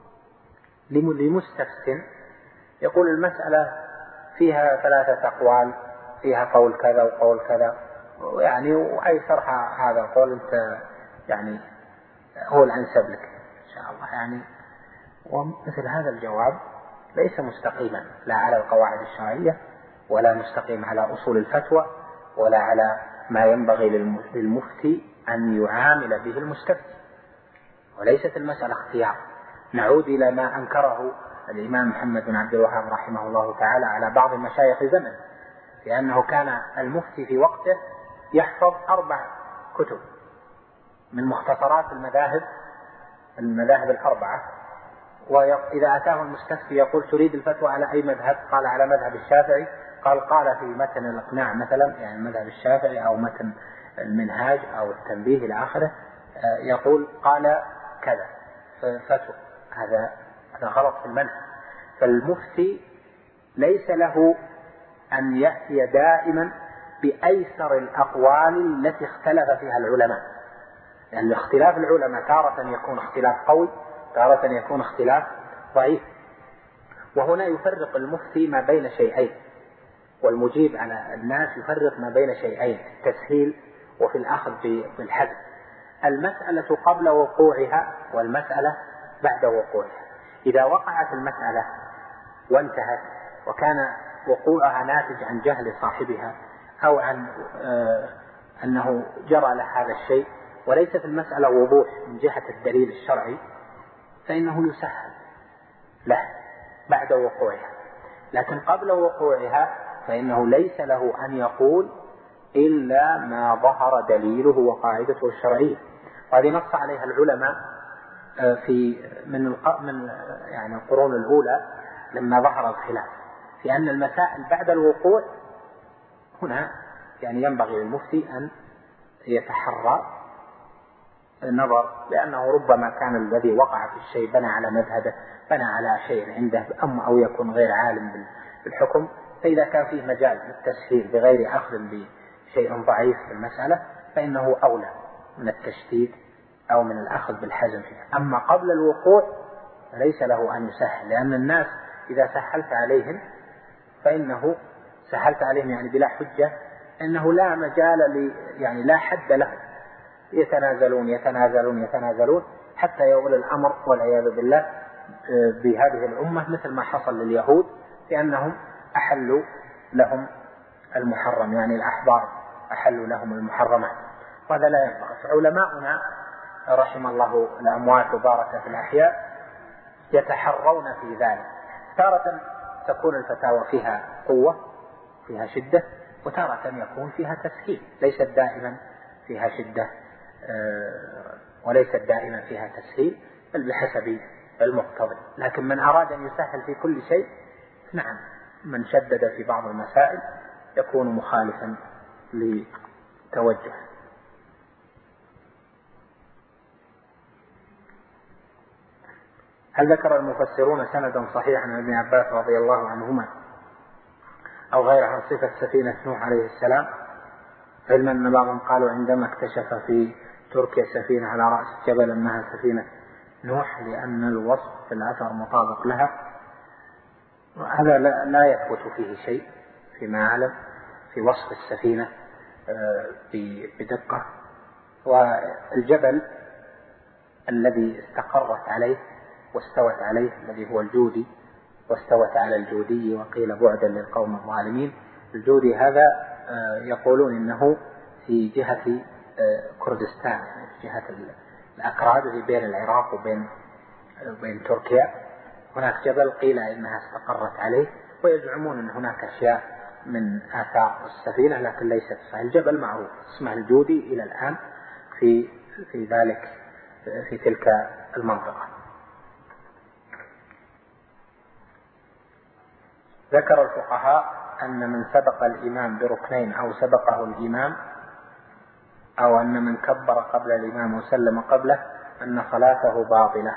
لمستفسن، يقول المسألة فيها ثلاثة أقوال، فيها قول كذا وقول كذا، يعني وأيسرها هذا القول أنت يعني هو الأنسب لك إن شاء الله يعني. ومثل هذا الجواب ليس مستقيما لا على القواعد الشرعية ولا مستقيم على أصول الفتوى ولا على ما ينبغي للمفتي أن يعامل به المستفتي. وليست المسألة اختيار. نعود إلى ما أنكره الإمام محمد بن عبد الوهاب رحمه الله تعالى على بعض مشايخ زمن، لأنه كان المفتي في وقته يحفظ أربع كتب من مختصرات المذاهب المذاهب الأربعة، وإذا أتاه المستفتي يقول تريد الفتوى على أي مذهب؟ قال على مذهب الشافعي. قال قال في متن الإقناع مثلا يعني مذهب الشافعي، أو متن المنهاج أو التنبيه إلى آخره، يقول قال كذا فتوى. هذا هذا غلط في المنهج. فالمفتي ليس له أن يأتي دائما بأيسر الأقوال التي اختلف فيها العلماء، لأن يعني اختلاف العلماء تارة يكون اختلاف قوي، تارة يكون اختلاف ضعيف. وهنا يفرق المفتي ما بين شيئين، والمجيب على الناس يفرق ما بين شيئين، التسهيل وفي الأخذ بالحذف. المسألة قبل وقوعها والمسألة بعد وقوعها. إذا وقعت المسألة وانتهت وكان وقوعها ناتج عن جهل صاحبها أو عن آه أنه جرى له هذا الشيء وليست المسألة وضوح من جهة الدليل الشرعي، فإنه يسهل له بعد وقوعها. لكن قبل وقوعها فإنه ليس له أن يقول إلا ما ظهر دليله وقاعدته الشرعية. وهذه نص عليها العلماء في من من يعني القرون الأولى لما ظهر الخلاف في أن المسائل بعد الوقوع هنا يعني ينبغي للمفتي أن يتحرى النظر، لأنه ربما كان الذي وقع في الشيء بنى على مذهبه، بنى على شيء عنده أما أو يكون غير عالم بالحكم، فإذا كان فيه مجال للتسهيل بغير أخذ بشيء ضعيف في المسألة فإنه أولى من التشديد أو من الأخذ بالحزم فيها. أما قبل الوقوع ليس له أن يسهل، لأن الناس إذا سهلت عليهم فإنه سهلت عليهم يعني بلا حجة، إنه لا مجال لي يعني لا حد له، يتنازلون يتنازلون يتنازلون حتى يولي الأمر والعياذ بالله بهذه الأمة مثل ما حصل لليهود، لأنهم أحلوا لهم المحرم، يعني الأحبار أحلوا لهم المحرمات، وهذا لا ينبغي. فعلماؤنا رحم الله الأموات وبارك في الأحياء يتحرون في ذلك. تارة تكون الفتاوى فيها قوة فيها شدة، وتارة يكون فيها تسهيل، ليست دائما فيها شدة وليست دائما فيها تسهيل، بل بحسب المقتضي. لكن من أراد أن يسهل في كل شيء نعم، من شدد في بعض المسائل يكون مخالفا لتوجه. هل ذكر المفسرون سندا صحيحا عن ابن عباس رضي الله عنهما أو غيره عن صفة سفينة نوح عليه السلام؟ علما أن بعضهم قالوا عندما اكتشف في تركيا سفينة على رأس جبل أنها سفينة نوح لأن الوصف في الأثر مطابق لها. هذا لا يثبت فيه شيء فيما أعلم في وصف السفينة بدقة. والجبل الذي استقرت عليه واستوت عليه الذي هو الجودي، واستوت على الجودي وقيل بعدا للقوم الظالمين، الجودي هذا يقولون إنه في جهة كردستان، في جهة الأكراد في بين العراق وبين بين تركيا. هناك جبل قيل إنها استقرت عليه، ويزعمون أن هناك أشياء من آثار السفينة لكن ليست صحيح. الجبل معروف اسمه الجودي إلى الآن في في ذلك في تلك المنطقة. ذكر الفقهاء أن من سبق الإمام بركنين أو سبقه الإمام أو أن من كبر قبل الإمام وسلم قبله أن صلاته باطلة.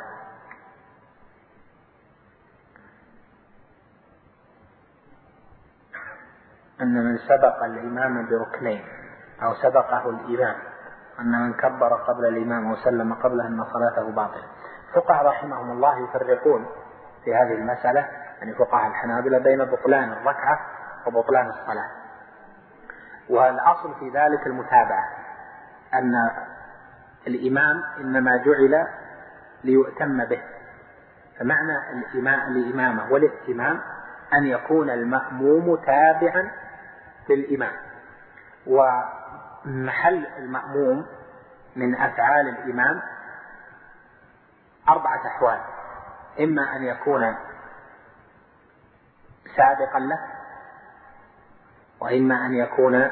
أن من سبق الإمام بركنين أو سبقه الإمام أن من كبر قبل الإمام وسلم قبله أن صلاته باطلة. فقهاء رحمهم الله يفرقون في هذه المسألة، يعني فقهاء الحنابلة، بين بطلان الركعة وبطلان الصلاة. والأصل في ذلك المتابعة، أن الإمام إنما جعل ليؤتم به، فمعنى الإمامة والائتمام أن يكون المأموم تابعا للإمام. ومحل المأموم من أفعال الإمام أربعة أحوال: إما أن يكون سابقا له، وإما أن يكون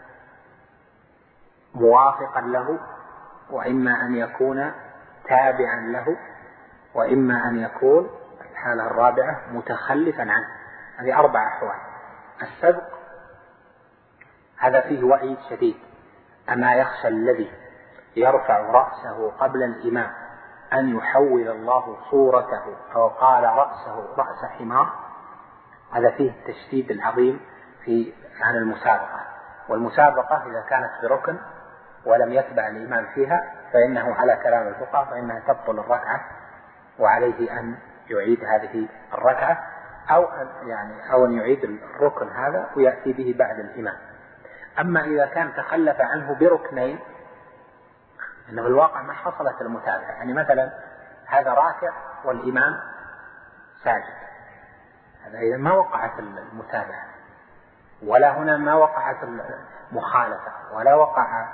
موافقا له، وإما أن يكون تابعا له، وإما أن يكون الحالة الرابعة متخلفا عنه. هذه أربع أحوال. السبق هذا فيه وعيد شديد: أما يخشى الذي يرفع رأسه قبل الإمام أن يحول الله صورته، أو قال رأسه رأس حمار. هذا فيه التشديد العظيم في عن المسابقة. والمسابقة إذا كانت بركن ولم يتبع الإمام فيها فإنه على كلام الفقهاء فإنها تبطل الركعة، وعليه أن يعيد هذه الركعة، أو أن يعني أو أن يعيد الركن هذا ويأتي به بعد الإمام. أما إذا كان تخلف عنه بركنين إنه في الواقع ما حصلت المتابعة، يعني مثلا هذا راكع والإمام ساجد، هذا إذا ما وقعت المتابعة، ولا هنا ما وقعت المخالفة، ولا وقع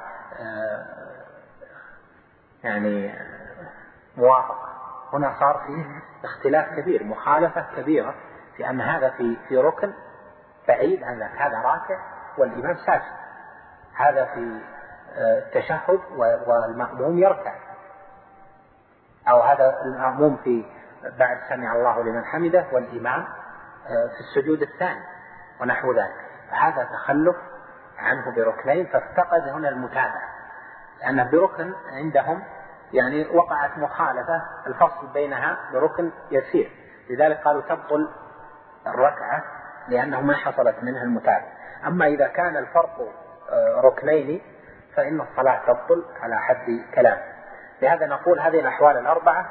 يعني موافقة. هنا صار فيه اختلاف كبير، مخالفة كبيرة، في أن هذا في في ركن بعيد عن ذاك، هذا راكع والإمام ساجد، هذا في التشهد والمأموم يركع، أو هذا المأموم في بعد سمع الله لمن حمده والإمام في السجود الثاني ونحو ذلك. فهذا تخلف عنه بركنين، فافتقد هنا المتابعة، لأنه بركن عندهم يعني وقعت مخالفة، الفصل بينها بركن يسير، لذلك قالوا تبطل الركعة لأنه ما حصلت منها المتابعة. أما إذا كان الفرق ركنين فإن الصلاة تبطل على حد كلام. لهذا نقول هذه الأحوال الأربعة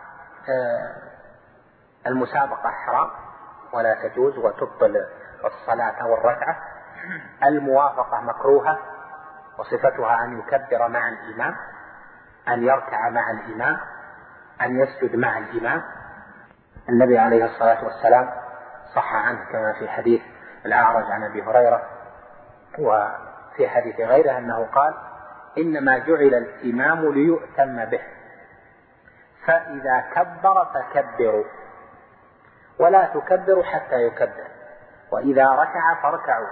المسابقة حرام ولا تجوز وتبطل الصلاة أو الركعة. الموافقة مكروهة وصفتها أن يكبر مع الإمام، أن يركع مع الإمام، أن يسجد مع الإمام. النبي عليه الصلاة والسلام صح عنه كما في حديث الأعرج عن أبي هريرة وفي حديث غيره أنه قال: إنما جعل الإمام ليؤتم به، فإذا كبر فكبروا ولا تكبروا حتى يكبر، وإذا ركع فاركعوا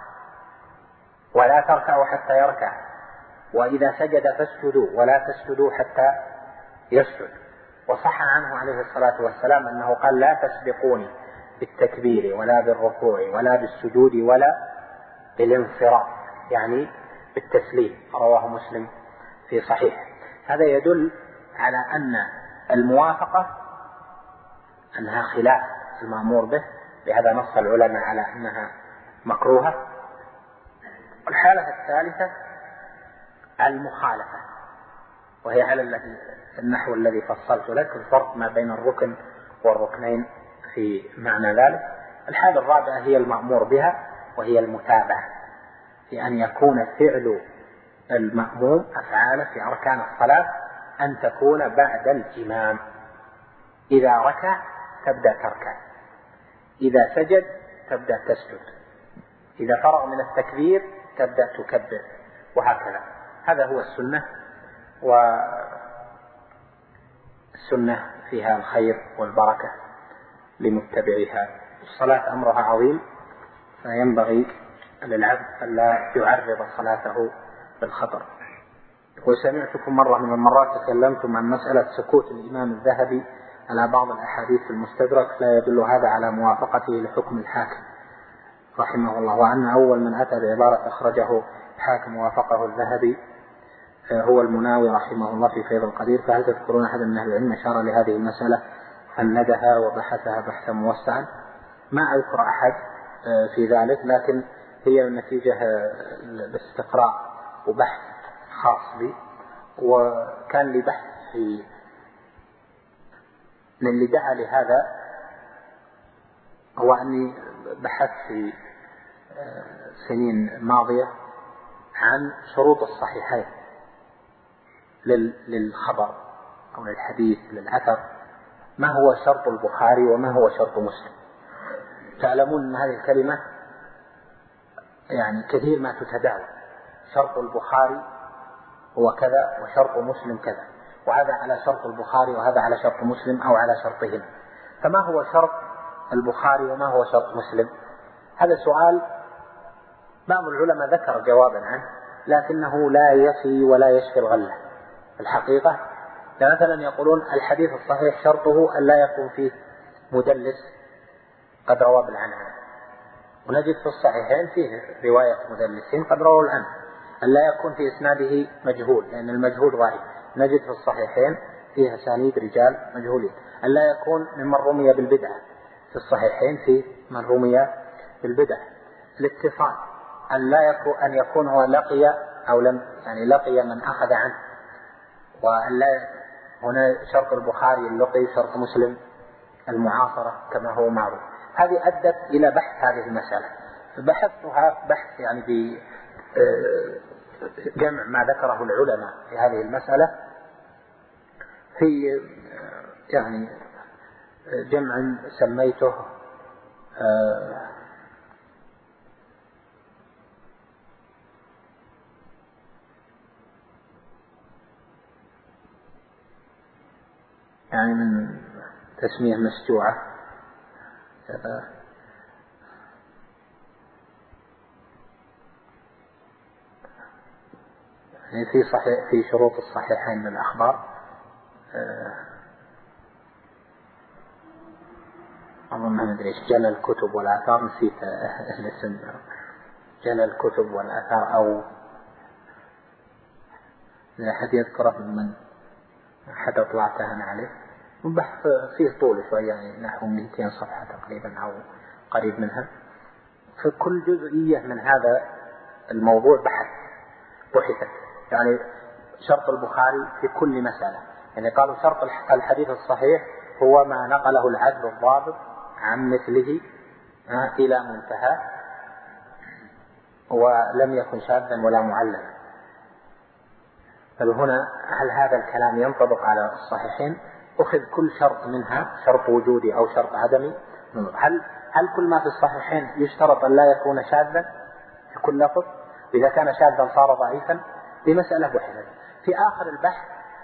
ولا تركعوا حتى يركع، وإذا سجد فاسجدوا ولا تسجدوا حتى يسجد. وصح عنه عليه الصلاة والسلام أنه قال: لا تسبقوني بالتكبير ولا بالركوع ولا بالسجود ولا بالانصراف، يعني بالتسليم. رواه مسلم في صحيح. هذا يدل على أن الموافقة أنها خلاف المأمور به، لهذا نص العلماء على أنها مكروهة. الحالة الثالثة المخالفة، وهي على الذي النحو الذي فصلت لك، الفرق ما بين الركن والركنين في معنى ذلك. الحالة الرابعة هي المأمور بها، وهي المتابعة، في أن يكون فعل المأموم أفعاله في أركان الصلاة أن تكون بعد الإمام. إذا ركع تبدأ تركع، إذا سجد تبدأ تسجد، إذا فرغ من التكبير تبدأ تكبر، وهكذا. هذا هو السنة، والسنة فيها الخير والبركة لمتبعها. الصلاة أمرها عظيم، فينبغي للعبد ألا يعرض صلاته بالخطر. وسمعتكم مرة من المرات تكلمتم عن مسألة سكوت الإمام الذهبي على بعض الأحاديث في المستدرك، لا يدل هذا على موافقته لحكم الحاكم رحمه الله، وأن أول من أتى بعبارة أخرجه الحاكم وافقه الذهبي هو المناوي رحمه الله في فيض القدير. فهل تذكرون أحد من أهل العلم أشار لهذه المسألة فندها وبحثها بحثا موسعا؟ ما أذكر أحد في ذلك، لكن هي نتيجة الاستقراء وبحث خاص بي، وكان لي بحث في من اللي دعا لهذا هو أني بحثت في سنين ماضية عن شروط الصحيحين للخبر أو للحديث للأثر، ما هو شرط البخاري وما هو شرط مسلم. تعلمون أن هذه الكلمة يعني كثير ما تتداول، شرط البخاري هو كذا وشرط مسلم كذا، وهذا على شرط البخاري وهذا على شرط مسلم أو على شرطهم. فما هو شرط البخاري وما هو شرط مسلم؟ هذا سؤال بعض العلماء ذكر جوابا عنه، لكنه لا يفي ولا يشفي الغلة. الحقيقة مثلا يقولون الحديث الصحيح شرطه أن لا يكون فيه مدلس قد روى بالعنعنة، ونجد في الصحيحين فيه رواية مدلسين قد رووا العنعنة. أن لا يكون في إسناده مجهول، لأن المجهول غائب، نجد في الصحيحين فيه أسانيد رجال مجهولين. أن لا يكون ممن رمي بالبدعة، في الصحيحين فيه من رمي بالبدعة. الاتصال، أن لا يكون أن يكون هو لقي أو لم يعني لقي من أخذ عنه، وأن لا هنا شرط البخاري اللقي، شرط مسلم المعاصرة كما هو معروف. هذه أدت إلى بحث هذه المسألة، فبحثتها بحث يعني بجمع ما ذكره العلماء في هذه المسألة في يعني جمع سميته يعني من تسمية مسجوعة يعني في صحيح في شروط الصحيحين من الأخبار أظن ما أدري إيش جل الكتب والآثار، نسيت الاسم، جل الكتب والآثار أو إذا أحد يذكره من حتى طلعت أنا عليه، بحث فيه طول شوية يعني نحو مئتين صفحة تقريبا أو قريب منها. في كل جزئية من هذا الموضوع بحث بحثت، يعني شرط البخاري في كل مسألة، يعني قالوا شرط الحديث الصحيح هو ما نقله العدل الضابط عن مثله إلى منتهى ولم يكن شاذا ولا معللا. فهنا هل هذا الكلام ينطبق على الصحيحين؟ أخذ كل شرط منها، شرط وجودي أو شرط عدمي. هل هل كل ما في الصحيحين يشترط أن لا يكون شاذا في كل لفظ؟ إذا كان شاذا صار ضعيفا؟ في مسألة بحثت في آخر البحث،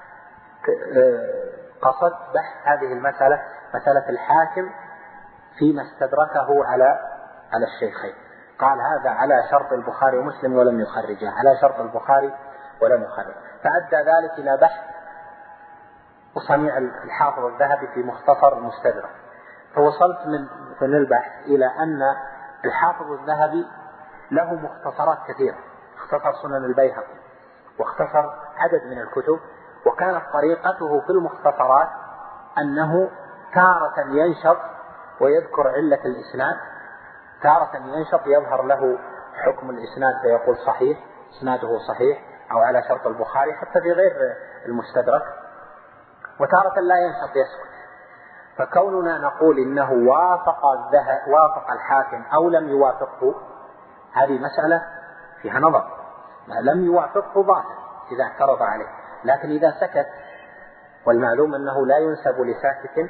قصد بحث هذه المسألة، مسألة الحاكم فيما استدركه على على الشيخين. قال هذا على شرط البخاري ومسلم ولم يخرجه، على شرط البخاري ولم يخرج، فأدى ذلك إلى بحث وصنيع الحافظ الذهبي في مختصر المستدرك. فوصلت من من البحث إلى أن الحافظ الذهبي له مختصرات كثيرة، اختصر سنن البيهقي واختصر عدد من الكتب، وكانت طريقته في المختصرات أنه تارة ينشط ويذكر علة الإسناد، تارة ينشط يظهر له حكم الإسناد فيقول صحيح، إسناده صحيح أو على شرط البخاري حتى في غير المستدرك، وتارة لا ينشط يسكت. فكوننا نقول إنه وافق الذهب وافق الحاكم أو لم يوافقه، هذه مسألة فيها نظر. لم يوافقه باطل إذا اعترض عليه، لكن إذا سكت، والمعلوم أنه لا ينسب لساكت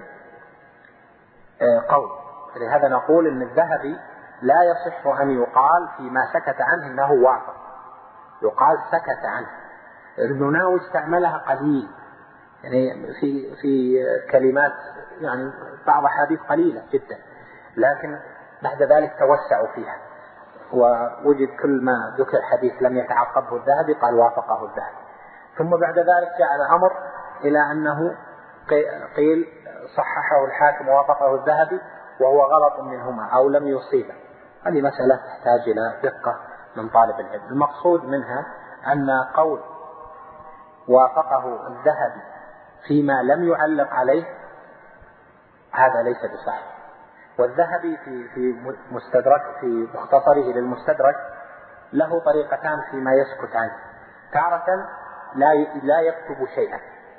قول، فلهذا نقول إن الذهبي لا يصح أن يقال فيما سكت عنه إنه وافق، يقال سكت عنه. النوناوي استعملها قليل، يعني في في كلمات يعني بعض حديث قليلة جدا، لكن بعد ذلك توسعوا فيها، ووجد كل ما ذكر حديث لم يتعقبه الذهبي قال وافقه الذهبي. ثم بعد ذلك جاء الأمر إلى أنه قيل صححه الحاكم ووافقه الذهبي وهو غلط منهما أو لم يصيبه. هذه مسألة تحتاج إلى دقة من طالب العلم. المقصود منها أن قول وافقه الذهبي فيما لم يعلق عليه هذا ليس بصحيح. والذهبي في في مستدرك في مختصره للمستدرك له طريقتان فيما يسكت عنه، تارة لا لا يكتب شيئا،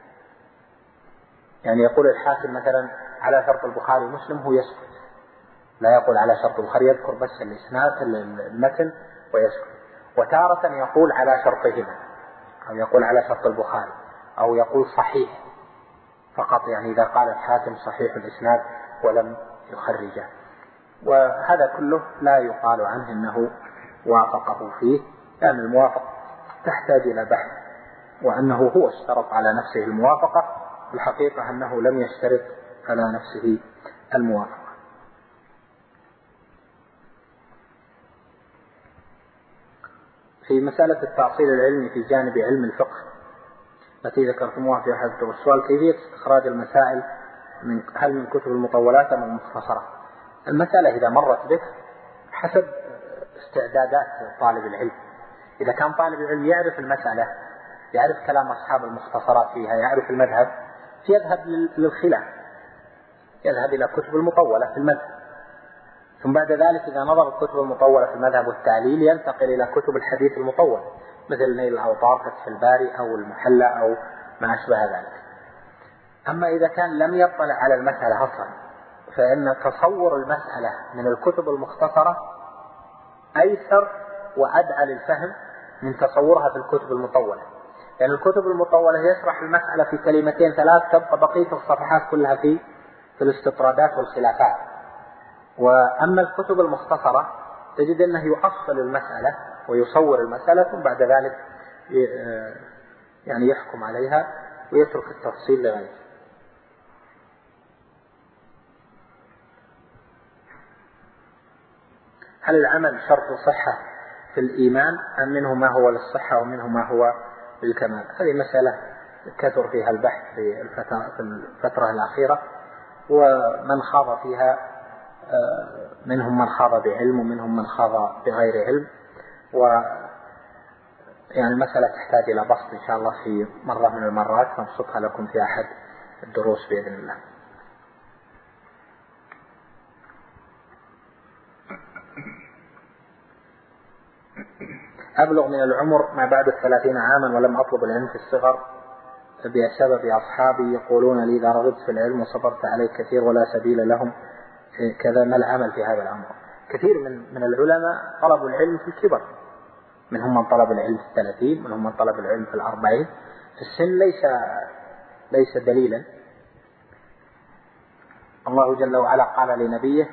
يعني يقول الحاكم مثلا على شرط البخاري ومسلم هو يسكت، لا يقول على شرط البخاري، يذكر بس الإسناد المتن ويسكت. وتارة يقول على شرطهما، أو يقول على شرط البخاري، أو يقول صحيح فقط، يعني إذا قال الحاكم صحيح الإسناد ولم يخرجه. وهذا كله لا يقال عنه إنه وافقه فيه، لأن الموافق تحتاج إلى بحث، وأنه هو اشترط على نفسه الموافقة، الحقيقة أنه لم يشترط على نفسه الموافقة. في مسألة التأصيل العلمي في جانب علم الفقه التي ذكرتموها في أحد السؤال، كيفية استخراج المسائل من هل من كتب المطولات أم المختصرة؟ المسألة إذا مرت بك حسب استعدادات طالب العلم. إذا كان طالب العلم يعرف المسألة، يعرف كلام أصحاب المختصرات فيها، يعرف المذهب، يذهب للخلاف، يذهب إلى كتب المطولة في المذهب، ثم بعد ذلك إذا نظر الكتب المطولة في المذهب والتعليل ينتقل إلى كتب الحديث المطول مثل نيل الأوطار، فتح الباري أو المحلى أو ما أشبه ذلك. أما إذا كان لم يطلع على المسألة أصلا، فإن تصور المسألة من الكتب المختصرة أيسر وأدعى للفهم من تصورها في الكتب المطولة، لأن يعني الكتب المطولة يشرح المسألة في كلمتين ثلاث، تبقى بقية الصفحات كلها في في الاستطرادات والخلافات. وأما الكتب المختصرة تجد أنه يؤصل المسألة ويصور المسألة، ثم بعد ذلك يعني يحكم عليها ويترك التفصيل لغيره. هل العمل شرط صحة في الإيمان أم منه ما هو للصحة ومنه ما هو بالكمال. هذه مسألة كثر فيها البحث في الفترة الأخيرة، ومن خاض فيها منهم من خاض بعلم ومنهم من خاض بغير علم، و يعني المسألة تحتاج إلى بسط إن شاء الله في مرة من المرات، نبسطها لكم في أحد الدروس بإذن الله. أبلغ من العمر ما بعد الثلاثين عاما ولم أطلب العلم في الصغر بسبب أصحابي يقولون لي إذا رغبت في العلم وصبرت عليه كثير ولا سبيل لهم كذا، ما العمل في هذا الأمر؟ كثير من من العلماء طلبوا العلم في الكبر، منهم من طلب العلم في الثلاثين، منهم من طلب العلم في الأربعين. في السن ليس ليس دليلا. الله جل وعلا قال لنبيه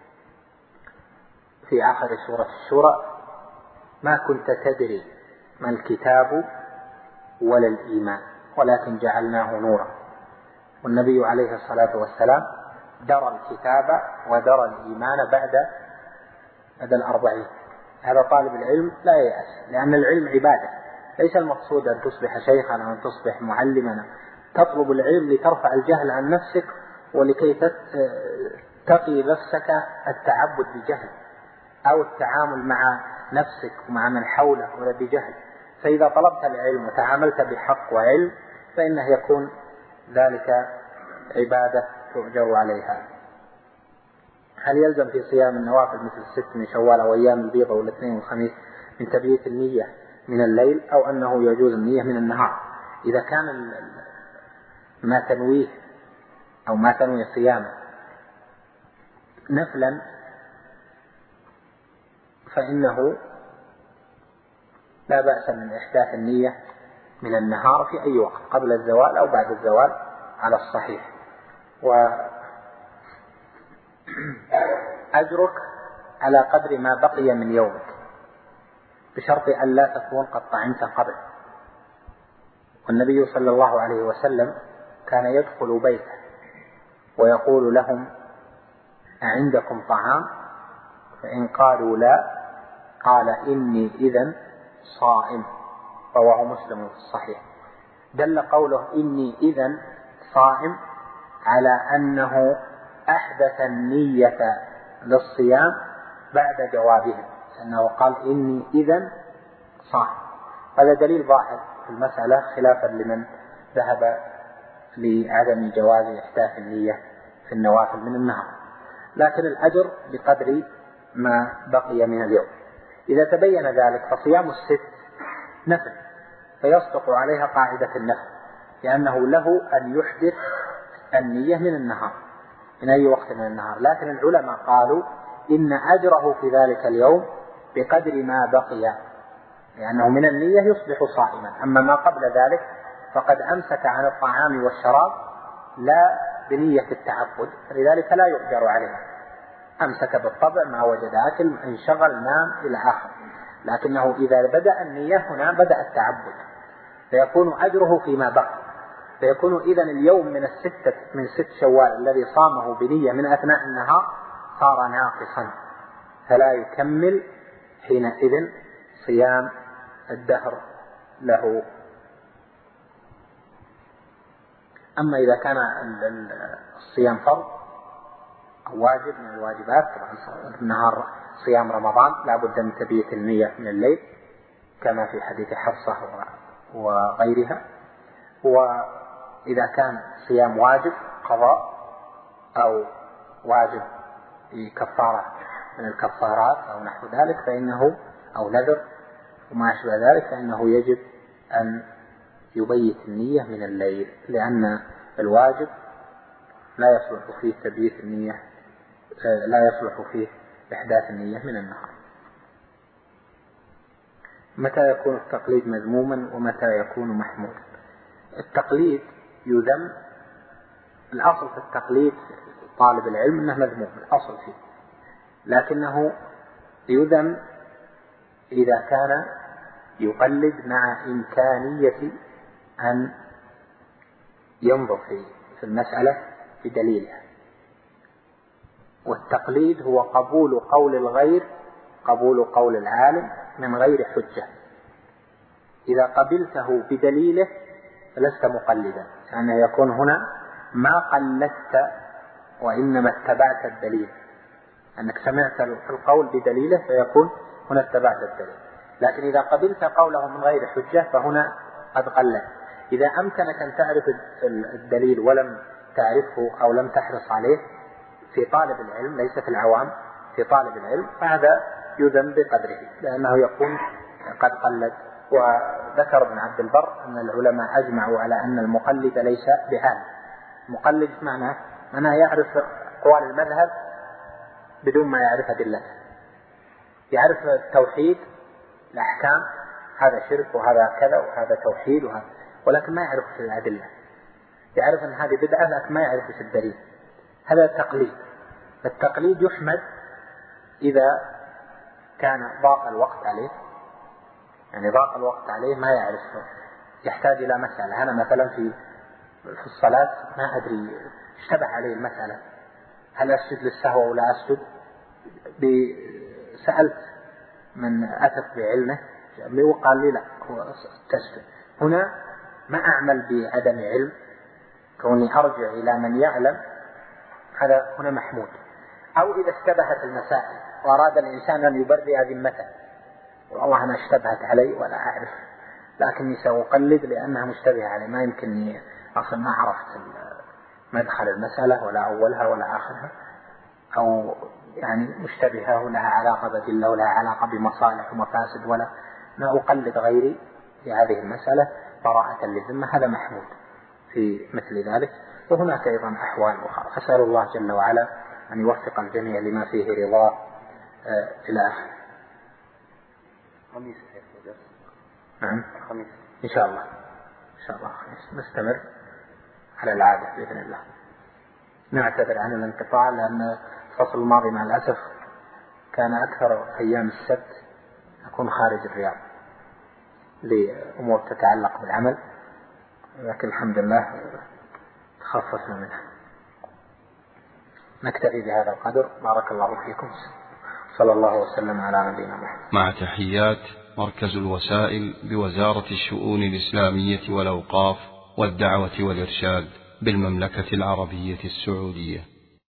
في آخر سورة الشورى: ما كنت تدري ما الكتاب ولا الإيمان ولكن جعلناه نورا. والنبي عليه الصلاة والسلام درى الكتاب ودرى الإيمان بعد بعد الأربعين. هذا طالب العلم لا ييأس، لأن العلم عبادة، ليس المقصود أن تصبح شيخا أو أن تصبح معلما. تطلب العلم لترفع الجهل عن نفسك ولكي تقي نفسك التعبد بجهل أو التعامل مع نفسك ومع من حولك ولا بجهل. فإذا طلبت العلم وتعاملت بحق وعلم فإنه يكون ذلك عبادة تؤجر عليها. هل يلزم في صيام النوافل مثل الست من شوال أو أيام البيض والاثنين والخميس من تبييت النية من الليل، أو أنه يجوز النية من النهار؟ إذا كان ما تنويه أو ما تنوي صيامه نفلا فإنه لا بأس من إحداث النية من النهار في أي وقت، قبل الزوال أو بعد الزوال على الصحيح. وأجرك على قدر ما بقي من يومك بشرط أن لا تكون قد طعمت قبل. والنبي صلى الله عليه وسلم كان يدخل بيته ويقول لهم: أعندكم طعام؟ فإن قالوا لا قال: إني إذن صائم. رواه مسلم في الصحيح. دل قوله إني إذن صائم على أنه أحدث النية للصيام بعد جوابهم، لأنه قال إني إذن صائم. هذا دليل ظاهر في المسألة، خلافا لمن ذهب لعدم جواز إحداث النية في النوافل من النهار. لكن الأجر بقدر ما بقي من اليوم. إذا تبين ذلك فصيام الست نفل، فيصدق عليها قاعدة النفل، لأنه له أن يحدث النية من النهار من أي وقت من النهار. لكن العلماء قالوا إن أجره في ذلك اليوم بقدر ما بقي، لأنه من النية يصبح صائما. أما ما قبل ذلك فقد أمسك عن الطعام والشراب لا بنية التعبد، فلذلك لا يؤجر عليه. أمسك بالطبع ما وجد أكل، انشغل، نام إلى آخر. لكنه إذا بدأ النية هنا بدأ التعبد، فيكون أجره فيما بقي. فيكون إذن اليوم من الستة من ست شوال الذي صامه بنية من أثناء النهار صار ناقصا، فلا يكمل حينئذ صيام الدهر له. أما إذا كان الصيام فرض أو واجب من الواجبات، طبعا النهار صيام رمضان لا بد من تبييت النية من الليل كما في حديث حفصة وغيرها. وإذا كان صيام واجب قضاء أو واجب كفارة من الكفارات أو نحو ذلك فإنه أو نذر وما أشبه ذلك فإنه يجب أن يبيت النية من الليل، لأن الواجب لا يصلح فيه تبييت النية، لا يصلح فيه إحداث النية من النهار. متى يكون التقليد مذموما ومتى يكون محمودا؟ التقليد يذم، الأصل في التقليد طالب العلم أنه مذموم، الأصل فيه، لكنه يذم إذا كان يقلد مع إمكانية أن ينظر في المسألة بدليلها. والتقليد هو قبول قول الغير، قبول قول العالم من غير حجة. إذا قبلته بدليله فلست مقلدا، لأنه يعني يكون هنا ما قلدت وإنما اتبعت الدليل، أنك سمعت القول بدليله فيكون هنا اتبعت الدليل. لكن إذا قبلت قوله من غير حجة فهنا قد قلد. إذا أمكنك أن تعرف الدليل ولم تعرفه أو لم تحرص عليه في طالب العلم ليس في العوام، في طالب العلم، فهذا يذم بقدره لأنه يكون قد قلد. وذكر ابن عبد البر أن العلماء أجمعوا على أن المقلد ليس بهذا. مقلد معناه أنه يعرف أقوال المذهب بدون ما يعرف أدلته، يعرف التوحيد الأحكام، هذا شرك وهذا كذا وهذا توحيد وهذا، ولكن ما يعرف الأدلة، يعرف أن هذه بدعة لكن ما يعرف ايش الدليل. هذا التقليد. التقليد يحمد إذا كان ضاق الوقت عليه، يعني ضاق الوقت عليه ما يعرف، يحتاج إلى مسألة. أنا مثلا في في الصلاة ما أدري، اشتبه عليه المسألة، هل أسجد للسهو أو لا أسجد؟ سألت من أثق بعلمه وقال لي لا، هو تسجد. هنا ما أعمل بعدم علم، كوني أرجع إلى من يعلم، هذا هنا محمود. أو إذا اشتبهت المسائل وأراد الإنسان أن يبرئ ذمته، والله أنا اشتبهت علي ولا أعرف لكني سأقلد لأنها مشتبهة علي، ما يمكنني أصلا ما عرفت مدخل المسألة ولا أولها ولا آخرها، أو يعني مشتبهة ولها علاقة بدلة ولا علاقة بمصالح ومفاسد، ولا ما أقلد غيري في هذه المسألة براءة للذمة، هذا محمود في مثل ذلك. وهناك أيضا أحوال أخرى. أسأل الله جل وعلا أن يوفق الجميع لما فيه رضاه آه إلى آخره. خميس نعم خميس إن شاء الله، إن شاء الله خميس نستمر على العادة بإذن الله. نعتذر عن الانقطاع لأن الفصل الماضي مع الأسف كان أكثر أيام السبت أكون خارج الرياض لأمور تتعلق بالعمل، لكن الحمد لله تخففنا منها. نكتفي بهذا القدر. بارك الله فيكم، صلى الله وسلم على نبينا محمد. مع تحيات مركز الوسائل بوزارة الشؤون الإسلامية والأوقاف والدعوة والإرشاد بالمملكة العربية السعودية.